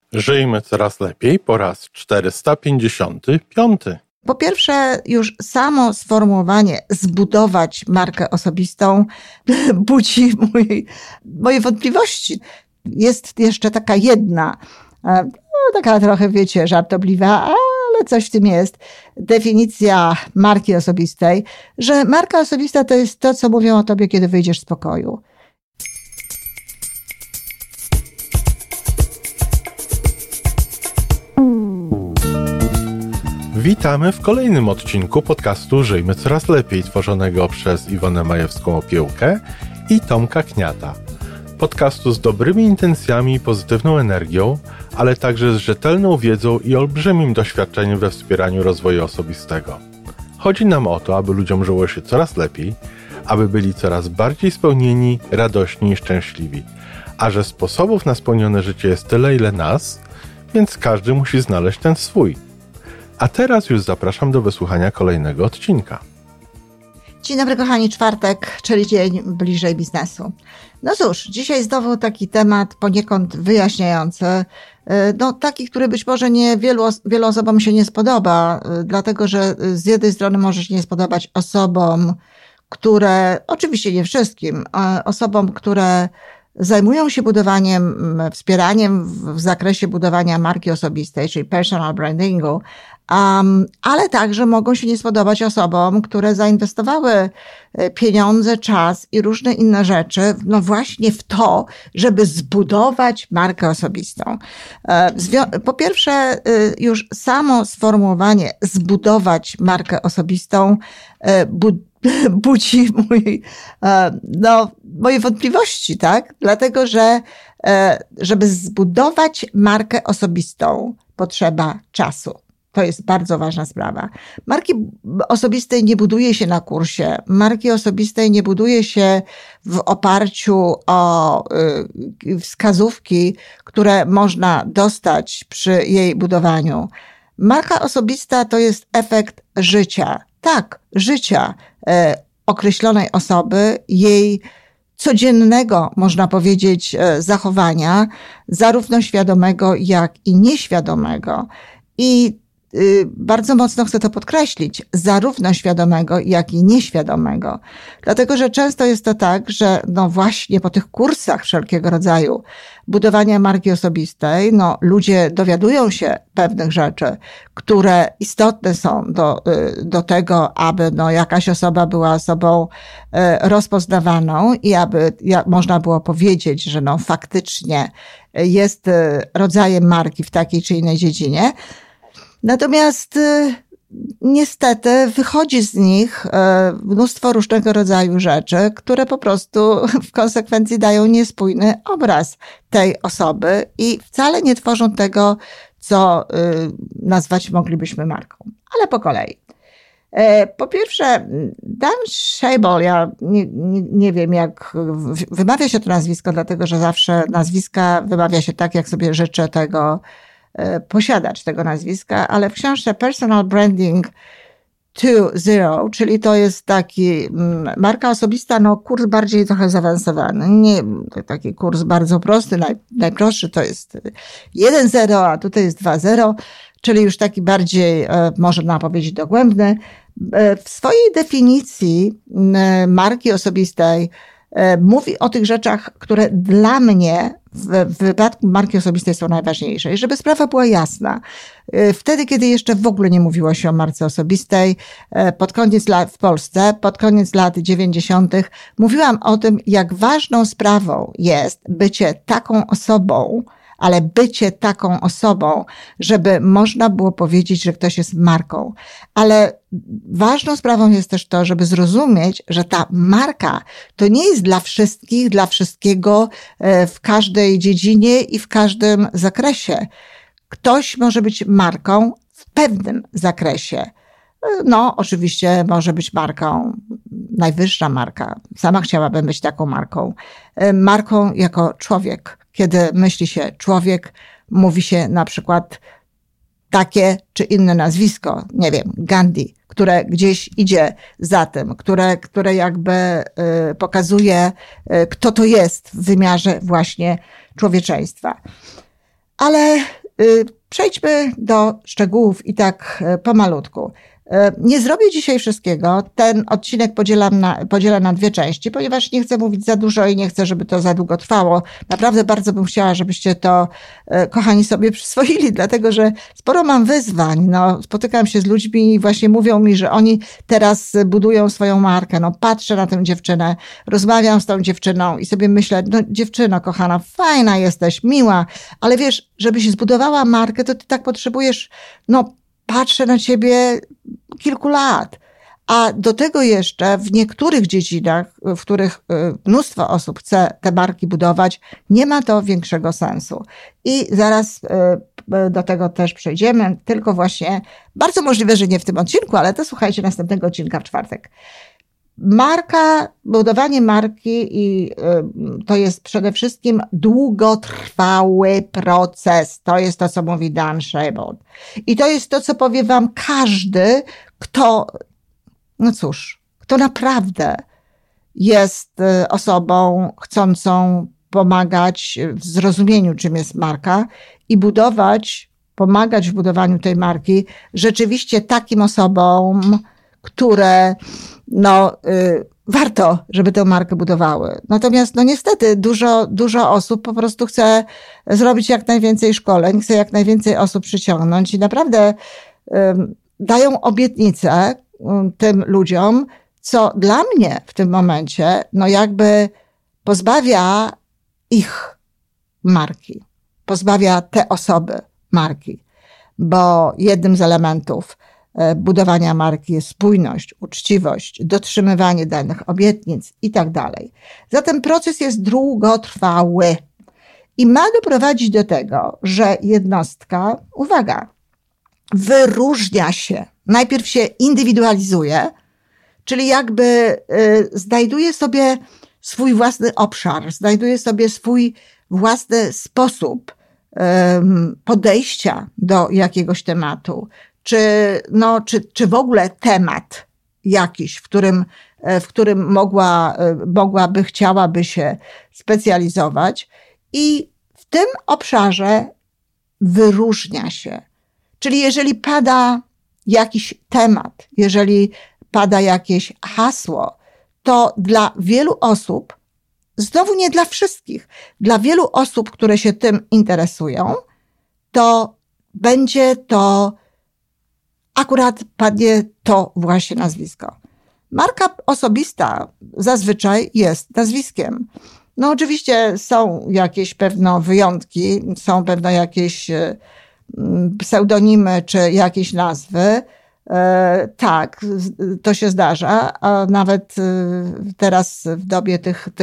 Żyjmy coraz lepiej po raz 455. Po pierwsze, już samo sformułowanie zbudować markę osobistą budzi moje wątpliwości. Jest jeszcze taka jedna, taka trochę, wiecie, żartobliwa, ale coś w tym jest, definicja marki osobistej, że marka osobista to jest to, co mówią o tobie, kiedy wyjdziesz z pokoju. Witamy w kolejnym odcinku podcastu Żyjmy Coraz Lepiej, tworzonego przez Iwonę Majewską-Opiełkę i Tomka Kniata. Podcastu z dobrymi intencjami i pozytywną energią, ale także z rzetelną wiedzą i olbrzymim doświadczeniem we wspieraniu rozwoju osobistego. Chodzi nam o to, aby ludziom żyło się coraz lepiej, aby byli coraz bardziej spełnieni, radośni i szczęśliwi. A że sposobów na spełnione życie jest tyle, ile nas, więc każdy musi znaleźć ten swój. A teraz już zapraszam do wysłuchania kolejnego odcinka. Dzień dobry kochani, czwartek, czyli dzień bliżej biznesu. No cóż, dzisiaj znowu taki temat poniekąd wyjaśniający, taki, który być może wielu osobom się nie spodoba, dlatego że z jednej strony może się nie spodobać osobom, które, oczywiście nie wszystkim, osobom, które zajmują się budowaniem, wspieraniem w zakresie budowania marki osobistej, czyli personal brandingu, ale także mogą się nie spodobać osobom, które zainwestowały pieniądze, czas i różne inne rzeczy, no właśnie w to, żeby zbudować markę osobistą. Po pierwsze, już samo sformułowanie zbudować markę osobistą budzi moje wątpliwości, tak? Dlatego, że żeby zbudować markę osobistą, potrzeba czasu. To jest bardzo ważna sprawa. Marki osobistej nie buduje się na kursie. Marki osobistej nie buduje się w oparciu o wskazówki, które można dostać przy jej budowaniu. Marka osobista to jest efekt życia. Tak, życia określonej osoby, jej codziennego, można powiedzieć, zachowania, zarówno świadomego, jak i nieświadomego. I bardzo mocno chcę to podkreślić, zarówno świadomego, jak i nieświadomego. Dlatego, że często jest to tak, że no właśnie po tych kursach wszelkiego rodzaju budowania marki osobistej, ludzie dowiadują się pewnych rzeczy, które istotne są do tego, aby jakaś osoba była osobą rozpoznawaną i aby można było powiedzieć, że faktycznie jest rodzajem marki w takiej czy innej dziedzinie. Natomiast niestety wychodzi z nich mnóstwo różnego rodzaju rzeczy, które po prostu w konsekwencji dają niespójny obraz tej osoby i wcale nie tworzą tego, co nazwać moglibyśmy marką. Ale po kolei. Po pierwsze, Dan Schaible, ja nie wiem jak wymawia się to nazwisko, dlatego że zawsze nazwiska wymawia się tak, jak sobie życzę tego posiadacz tego nazwiska, ale w książce Personal Branding 2.0, czyli to jest taki marka osobista, kurs bardziej trochę zaawansowany. Nie, to taki kurs bardzo prosty, najprostszy to jest 1.0, a tutaj jest 2.0, czyli już taki bardziej, można powiedzieć, dogłębny. W swojej definicji marki osobistej mówi o tych rzeczach, które dla mnie w wypadku marki osobistej są najważniejsze. I żeby sprawa była jasna, wtedy, kiedy jeszcze w ogóle nie mówiło się o marce osobistej, w Polsce, pod koniec lat 90. mówiłam o tym, jak ważną sprawą jest bycie taką osobą, ale bycie taką osobą, żeby można było powiedzieć, że ktoś jest marką. Ale ważną sprawą jest też to, żeby zrozumieć, że ta marka to nie jest dla wszystkich, dla wszystkiego, w każdej dziedzinie i w każdym zakresie. Ktoś może być marką w pewnym zakresie. Oczywiście może być marką, najwyższa marka. Sama chciałabym być taką marką. Marką jako człowiek. Kiedy myśli się człowiek, mówi się na przykład takie czy inne nazwisko, nie wiem, Gandhi, które gdzieś idzie za tym, które jakby pokazuje, kto to jest w wymiarze właśnie człowieczeństwa. Ale Przejdźmy do szczegółów i tak pomalutku. Nie zrobię dzisiaj wszystkiego. Ten odcinek podzielę na 2 części, ponieważ nie chcę mówić za dużo i nie chcę, żeby to za długo trwało. Naprawdę bardzo bym chciała, żebyście to, kochani, sobie przyswoili, dlatego że sporo mam wyzwań. No, spotykam się z ludźmi i właśnie mówią mi, że oni teraz budują swoją markę. No, patrzę na tę dziewczynę, rozmawiam z tą dziewczyną i sobie myślę, no dziewczyno kochana, fajna jesteś, miła, ale wiesz, żebyś zbudowała markę, to ty tak potrzebujesz, patrzę na ciebie kilku lat. A do tego jeszcze w niektórych dziedzinach, w których mnóstwo osób chce te marki budować, nie ma to większego sensu. I zaraz do tego też przejdziemy, tylko właśnie bardzo możliwe, że nie w tym odcinku, ale to słuchajcie następnego odcinka w czwartek. Budowanie marki i to jest przede wszystkim długotrwały proces. To jest to, co mówi Dan Schaible. I to jest to, co powie wam każdy, kto naprawdę jest osobą chcącą pomagać w zrozumieniu, czym jest marka i pomagać w budowaniu tej marki rzeczywiście takim osobom, które warto, żeby tę markę budowały. Natomiast niestety dużo osób po prostu chce zrobić jak najwięcej szkoleń, chce jak najwięcej osób przyciągnąć i naprawdę dają obietnice tym ludziom, co dla mnie w tym momencie jakby pozbawia ich marki, pozbawia te osoby marki, bo jednym z elementów budowania marki jest spójność, uczciwość, dotrzymywanie danych obietnic i tak dalej. Zatem proces jest długotrwały i ma doprowadzić do tego, że jednostka, uwaga, wyróżnia się. Najpierw się indywidualizuje, czyli jakby znajduje sobie swój własny obszar, znajduje sobie swój własny sposób podejścia do jakiegoś tematu, czy w ogóle temat jakiś, w którym chciałaby się specjalizować i w tym obszarze wyróżnia się. Czyli jeżeli pada jakiś temat, jeżeli pada jakieś hasło, to dla wielu osób, znowu nie dla wszystkich, dla wielu osób, które się tym interesują, to będzie to akurat padnie to właśnie nazwisko. Marka osobista zazwyczaj jest nazwiskiem. Oczywiście są jakieś pewne wyjątki, są pewne jakieś pseudonimy czy jakieś nazwy. Tak, to się zdarza, a nawet teraz w dobie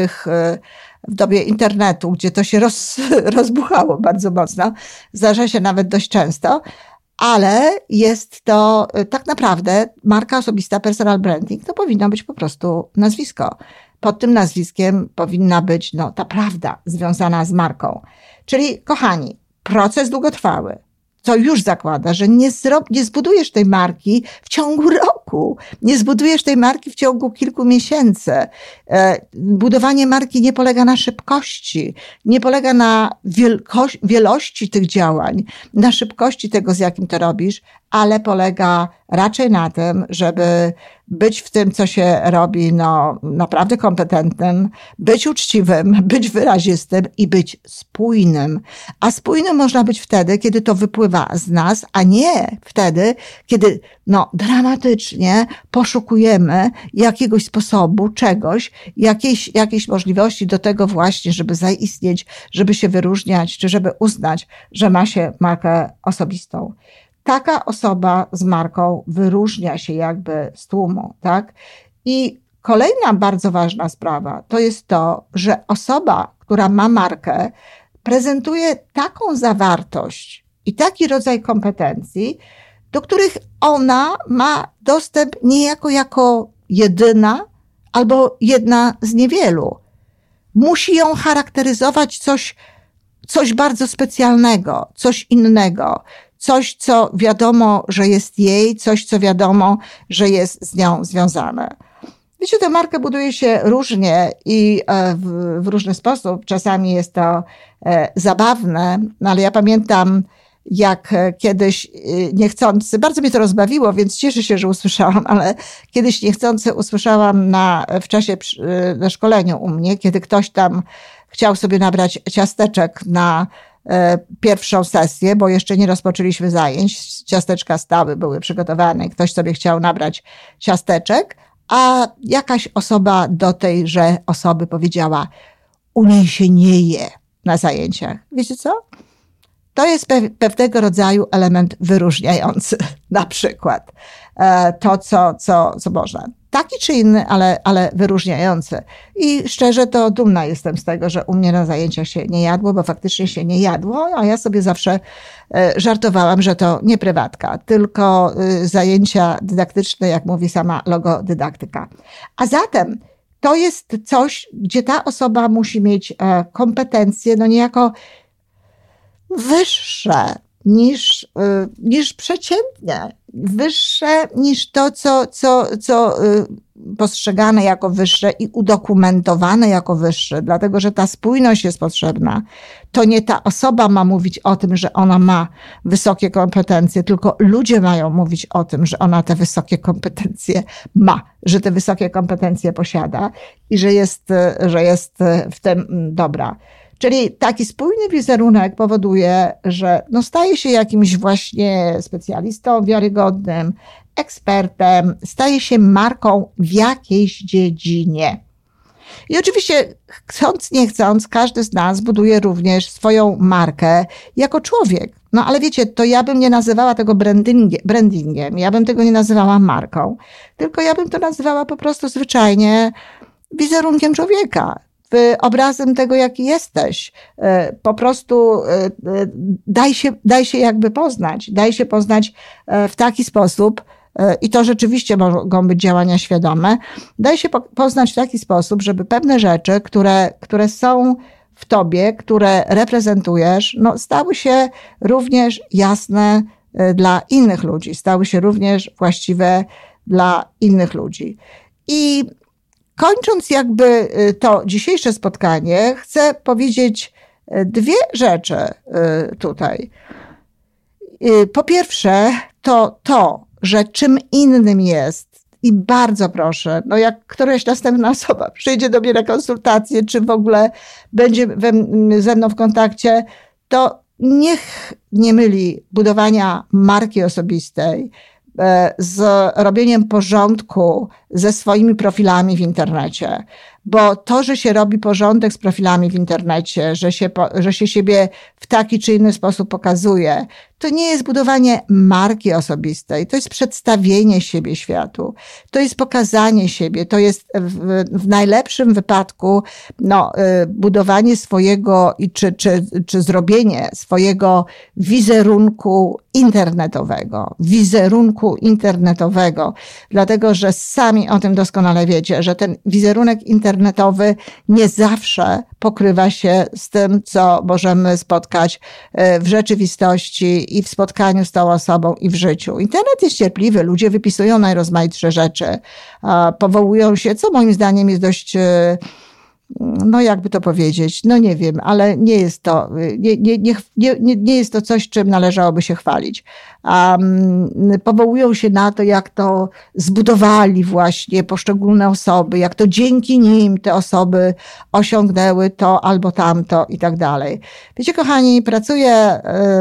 w dobie internetu, gdzie to się rozbuchało bardzo mocno, zdarza się nawet dość często, ale jest to tak naprawdę marka osobista, personal branding, to powinno być po prostu nazwisko. Pod tym nazwiskiem powinna być ta prawda związana z marką. Czyli, kochani, proces długotrwały, co już zakłada, że nie zbudujesz tej marki w ciągu roku, nie zbudujesz tej marki w ciągu kilku miesięcy. Budowanie marki nie polega na szybkości, nie polega na wielości tych działań, na szybkości tego, z jakim to robisz, ale polega raczej na tym, żeby być w tym, co się robi, naprawdę kompetentnym, być uczciwym, być wyrazistym i być spójnym. A spójnym można być wtedy, kiedy to wypływa z nas, a nie wtedy, kiedy dramatycznie poszukujemy jakiegoś sposobu, czegoś, jakiejś możliwości do tego właśnie, żeby zaistnieć, żeby się wyróżniać, czy żeby uznać, że ma się markę osobistą. Taka osoba z marką wyróżnia się jakby z tłumu, tak? I kolejna bardzo ważna sprawa to jest to, że osoba, która ma markę, prezentuje taką zawartość i taki rodzaj kompetencji, do których ona ma dostęp niejako jako jedyna albo jedna z niewielu. Musi ją charakteryzować coś bardzo specjalnego, coś innego, coś, co wiadomo, że jest jej, coś, co wiadomo, że jest z nią związane. Wiecie, tę markę buduje się różnie i w różny sposób. Czasami jest to zabawne, ale ja pamiętam, jak kiedyś niechcący, bardzo mnie to rozbawiło, więc cieszę się, że usłyszałam, ale kiedyś niechcący usłyszałam w czasie na szkoleniu u mnie, kiedy ktoś tam chciał sobie nabrać ciasteczek na pierwszą sesję, bo jeszcze nie rozpoczęliśmy zajęć. Ciasteczka stały, były przygotowane i ktoś sobie chciał nabrać ciasteczek, a jakaś osoba do tejże osoby powiedziała: u niej się nie je na zajęciach. Wiecie co? To jest pewnego rodzaju element wyróżniający, na przykład to, co można. Taki czy inny, ale wyróżniający. I szczerze to dumna jestem z tego, że u mnie na zajęciach się nie jadło, bo faktycznie się nie jadło, a ja sobie zawsze żartowałam, że to nie prywatka, tylko zajęcia dydaktyczne, jak mówi sama logodydaktyka. A zatem to jest coś, gdzie ta osoba musi mieć kompetencje, no niejako wyższe niż przeciętnie, wyższe niż to, co postrzegane jako wyższe i udokumentowane jako wyższe, dlatego że ta spójność jest potrzebna. To nie ta osoba ma mówić o tym, że ona ma wysokie kompetencje, tylko ludzie mają mówić o tym, że ona te wysokie kompetencje ma, że te wysokie kompetencje posiada i że jest w tym dobra. Czyli taki spójny wizerunek powoduje, że staje się jakimś właśnie specjalistą wiarygodnym, ekspertem, staje się marką w jakiejś dziedzinie. I oczywiście chcąc, nie chcąc, każdy z nas buduje również swoją markę jako człowiek. Ale wiecie, to ja bym nie nazywała tego brandingiem, ja bym tego nie nazywała marką, tylko ja bym to nazywała po prostu zwyczajnie wizerunkiem człowieka. Obrazem tego, jaki jesteś. Po prostu daj się jakby poznać. Daj się poznać w taki sposób, i to rzeczywiście mogą być działania świadome, daj się poznać w taki sposób, żeby pewne rzeczy, które są w tobie, które reprezentujesz, stały się również jasne dla innych ludzi, stały się również właściwe dla innych ludzi. I kończąc jakby to dzisiejsze spotkanie, chcę powiedzieć dwie rzeczy tutaj. Po pierwsze, to, że czym innym jest, i bardzo proszę, jak któraś następna osoba przyjdzie do mnie na konsultację, czy w ogóle będzie ze mną w kontakcie, to niech nie myli budowania marki osobistej z robieniem porządku ze swoimi profilami w internecie. Bo to, że się robi porządek z profilami w internecie, że się siebie w taki czy inny sposób pokazuje, to nie jest budowanie marki osobistej, to jest przedstawienie siebie światu, to jest pokazanie siebie, to jest w najlepszym wypadku budowanie swojego czy zrobienie swojego wizerunku internetowego, dlatego że sami o tym doskonale wiecie, że ten wizerunek internetowy nie zawsze pokrywa się z tym, co możemy spotkać w rzeczywistości i w spotkaniu z tą osobą i w życiu. Internet jest cierpliwy, ludzie wypisują najrozmaitsze rzeczy, powołują się, co moim zdaniem jest dość, jakby to powiedzieć, nie wiem, ale nie jest to coś, czym należałoby się chwalić. Powołują się na to, jak to zbudowali właśnie poszczególne osoby, jak to dzięki nim te osoby osiągnęły to albo tamto i tak dalej. Wiecie, kochani, pracuję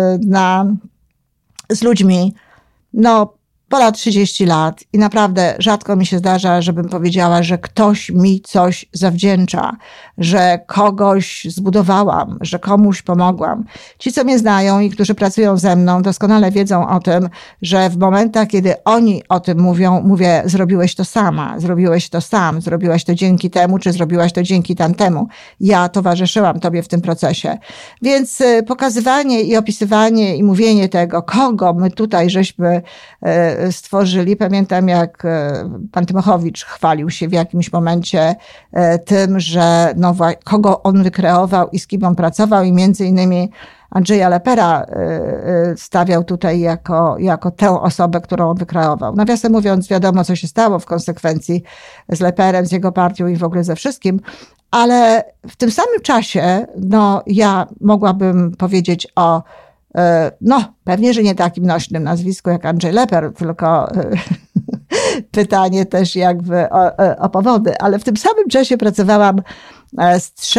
z ludźmi, ponad 30 lat i naprawdę rzadko mi się zdarza, żebym powiedziała, że ktoś mi coś zawdzięcza, że kogoś zbudowałam, że komuś pomogłam. Ci, co mnie znają i którzy pracują ze mną, doskonale wiedzą o tym, że w momentach, kiedy oni o tym mówią, mówię: zrobiłeś to sama, zrobiłeś to sam, zrobiłaś to dzięki temu, czy zrobiłaś to dzięki tamtemu. Ja towarzyszyłam tobie w tym procesie. Więc pokazywanie i opisywanie i mówienie tego, kogo my tutaj żeśmy stworzyli. Pamiętam, jak pan Tymochowicz chwalił się w jakimś momencie tym, że kogo on wykreował i z kim on pracował, i między innymi Andrzeja Lepera stawiał tutaj jako tę osobę, którą on wykreował. Nawiasem mówiąc, wiadomo, co się stało w konsekwencji z Leperem, z jego partią i w ogóle ze wszystkim, ale w tym samym czasie ja mogłabym powiedzieć o pewnie, że nie takim nośnym nazwisku jak Andrzej Leper, tylko pytanie też jakby o powody, ale w tym samym czasie pracowałam z 3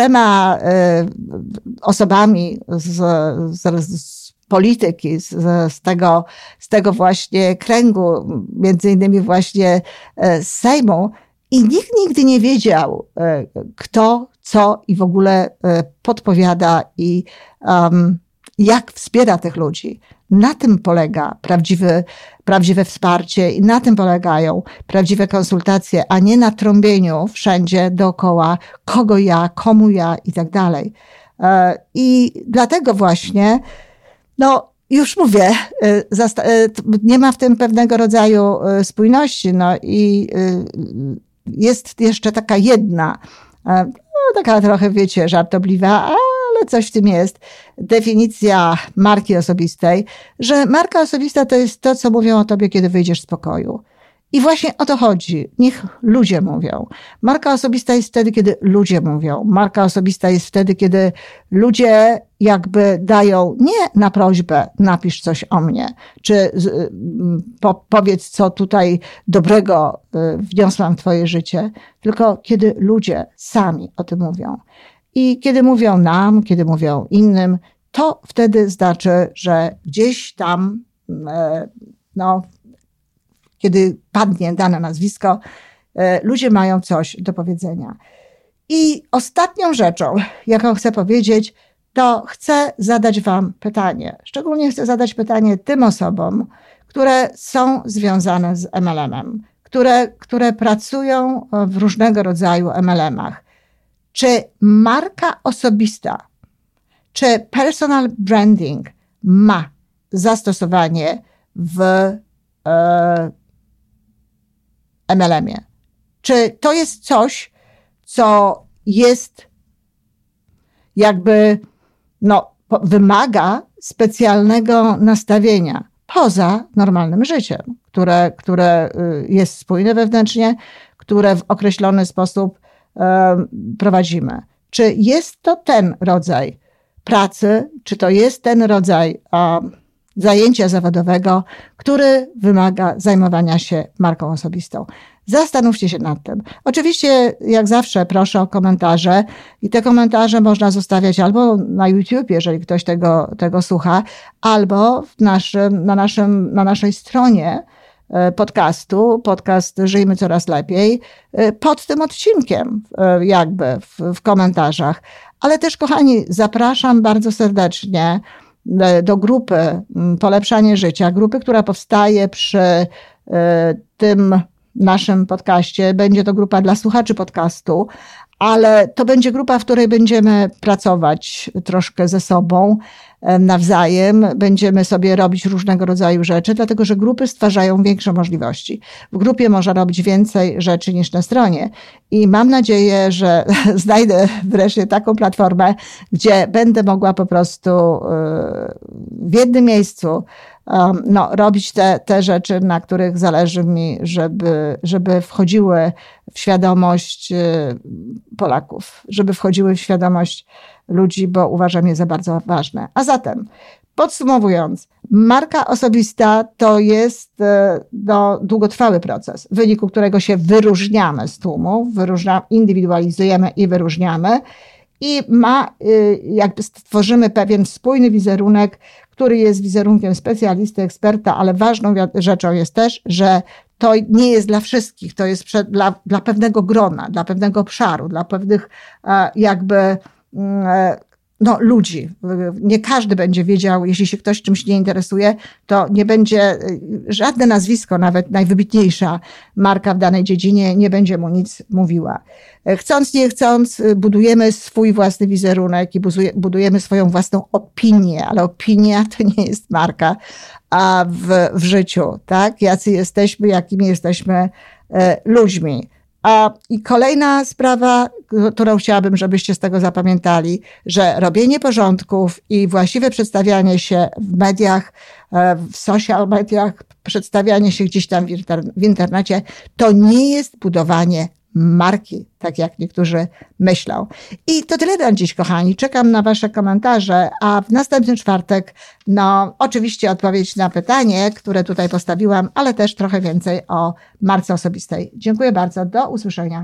osobami z polityki, z tego właśnie kręgu, między innymi właśnie z Sejmu, i nikt nigdy nie wiedział, kto, co i w ogóle podpowiada i jak wspiera tych ludzi. Na tym polega prawdziwe wsparcie i na tym polegają prawdziwe konsultacje, a nie na trąbieniu wszędzie dookoła, kogo ja, komu ja i tak dalej. I dlatego właśnie, już mówię, nie ma w tym pewnego rodzaju spójności. I jest jeszcze taka jedna, taka trochę, wiecie, żartobliwa, ale coś w tym jest, definicja marki osobistej, że marka osobista to jest to, co mówią o tobie, kiedy wyjdziesz z pokoju. I właśnie o to chodzi. Niech ludzie mówią. Marka osobista jest wtedy, kiedy ludzie mówią. Marka osobista jest wtedy, kiedy ludzie jakby dają nie na prośbę napisz coś o mnie, czy powiedz, co tutaj dobrego wniosłam w twoje życie, tylko kiedy ludzie sami o tym mówią. I kiedy mówią nam, kiedy mówią innym, to wtedy znaczy, że gdzieś tam, kiedy padnie dane nazwisko, ludzie mają coś do powiedzenia. I ostatnią rzeczą, jaką chcę powiedzieć, to chcę zadać wam pytanie. Szczególnie chcę zadać pytanie tym osobom, które są związane z MLM-em, które pracują w różnego rodzaju MLM-ach. Czy marka osobista, czy personal branding ma zastosowanie w MLM-ie? Czy to jest coś, co jest jakby, wymaga specjalnego nastawienia poza normalnym życiem, które jest spójne wewnętrznie, które w określony sposób prowadzimy? Czy jest to ten rodzaj pracy, czy to jest ten rodzaj zajęcia zawodowego, który wymaga zajmowania się marką osobistą? Zastanówcie się nad tym. Oczywiście, jak zawsze, proszę o komentarze i te komentarze można zostawiać albo na YouTube, jeżeli ktoś tego słucha, albo na naszej stronie podcastu, podcast Żyjmy Coraz Lepiej, pod tym odcinkiem jakby w komentarzach. Ale też, kochani, zapraszam bardzo serdecznie do grupy Polepszanie Życia, grupy, która powstaje przy tym naszym podcaście. Będzie to grupa dla słuchaczy podcastu, ale to będzie grupa, w której będziemy pracować troszkę ze sobą nawzajem. Będziemy sobie robić różnego rodzaju rzeczy, dlatego że grupy stwarzają większe możliwości. W grupie można robić więcej rzeczy niż na stronie. I mam nadzieję, że znajdę wreszcie taką platformę, gdzie będę mogła po prostu w jednym miejscu robić te rzeczy, na których zależy mi, żeby wchodziły w świadomość Polaków, żeby wchodziły w świadomość ludzi, bo uważam je za bardzo ważne. A zatem, podsumowując, marka osobista to jest długotrwały proces, w wyniku którego się wyróżniamy z tłumu, indywidualizujemy i wyróżniamy i jakby stworzymy pewien spójny wizerunek, który jest wizerunkiem specjalisty, eksperta, ale ważną rzeczą jest też, że to nie jest dla wszystkich, to jest dla pewnego grona, dla pewnego obszaru, dla pewnych jakby ludzi. Nie każdy będzie wiedział, jeśli się ktoś czymś nie interesuje, to nie będzie żadne nazwisko, nawet najwybitniejsza marka w danej dziedzinie nie będzie mu nic mówiła. Chcąc, nie chcąc, budujemy swój własny wizerunek i budujemy swoją własną opinię, ale opinia to nie jest marka w życiu, tak? Jacy jesteśmy, jakimi jesteśmy ludźmi. I kolejna sprawa, którą chciałabym, żebyście z tego zapamiętali, że robienie porządków i właściwe przedstawianie się w mediach, w social mediach, przedstawianie się gdzieś tam w internecie, to nie jest budowanie marki, tak jak niektórzy myślą. I to tyle na dziś, kochani. Czekam na wasze komentarze, a w następny czwartek, oczywiście odpowiedź na pytanie, które tutaj postawiłam, ale też trochę więcej o marce osobistej. Dziękuję bardzo. Do usłyszenia.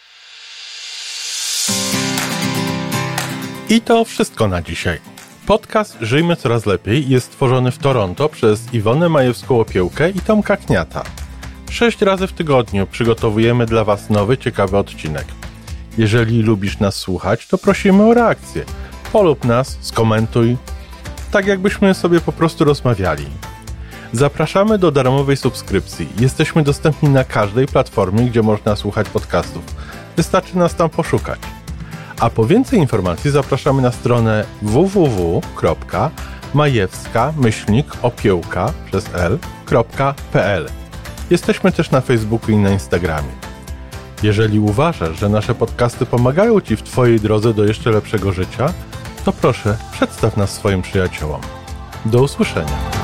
I to wszystko na dzisiaj. Podcast Żyjmy Coraz Lepiej jest tworzony w Toronto przez Iwonę Majewską-Opiełkę i Tomka Kniata. 6 razy w tygodniu przygotowujemy dla Was nowy, ciekawy odcinek. Jeżeli lubisz nas słuchać, to prosimy o reakcję. Polub nas, skomentuj, tak jakbyśmy sobie po prostu rozmawiali. Zapraszamy do darmowej subskrypcji. Jesteśmy dostępni na każdej platformie, gdzie można słuchać podcastów. Wystarczy nas tam poszukać. A po więcej informacji zapraszamy na stronę www.majewska-opiełka.pl. Jesteśmy też na Facebooku i na Instagramie. Jeżeli uważasz, że nasze podcasty pomagają Ci w Twojej drodze do jeszcze lepszego życia, to proszę, przedstaw nas swoim przyjaciołom. Do usłyszenia.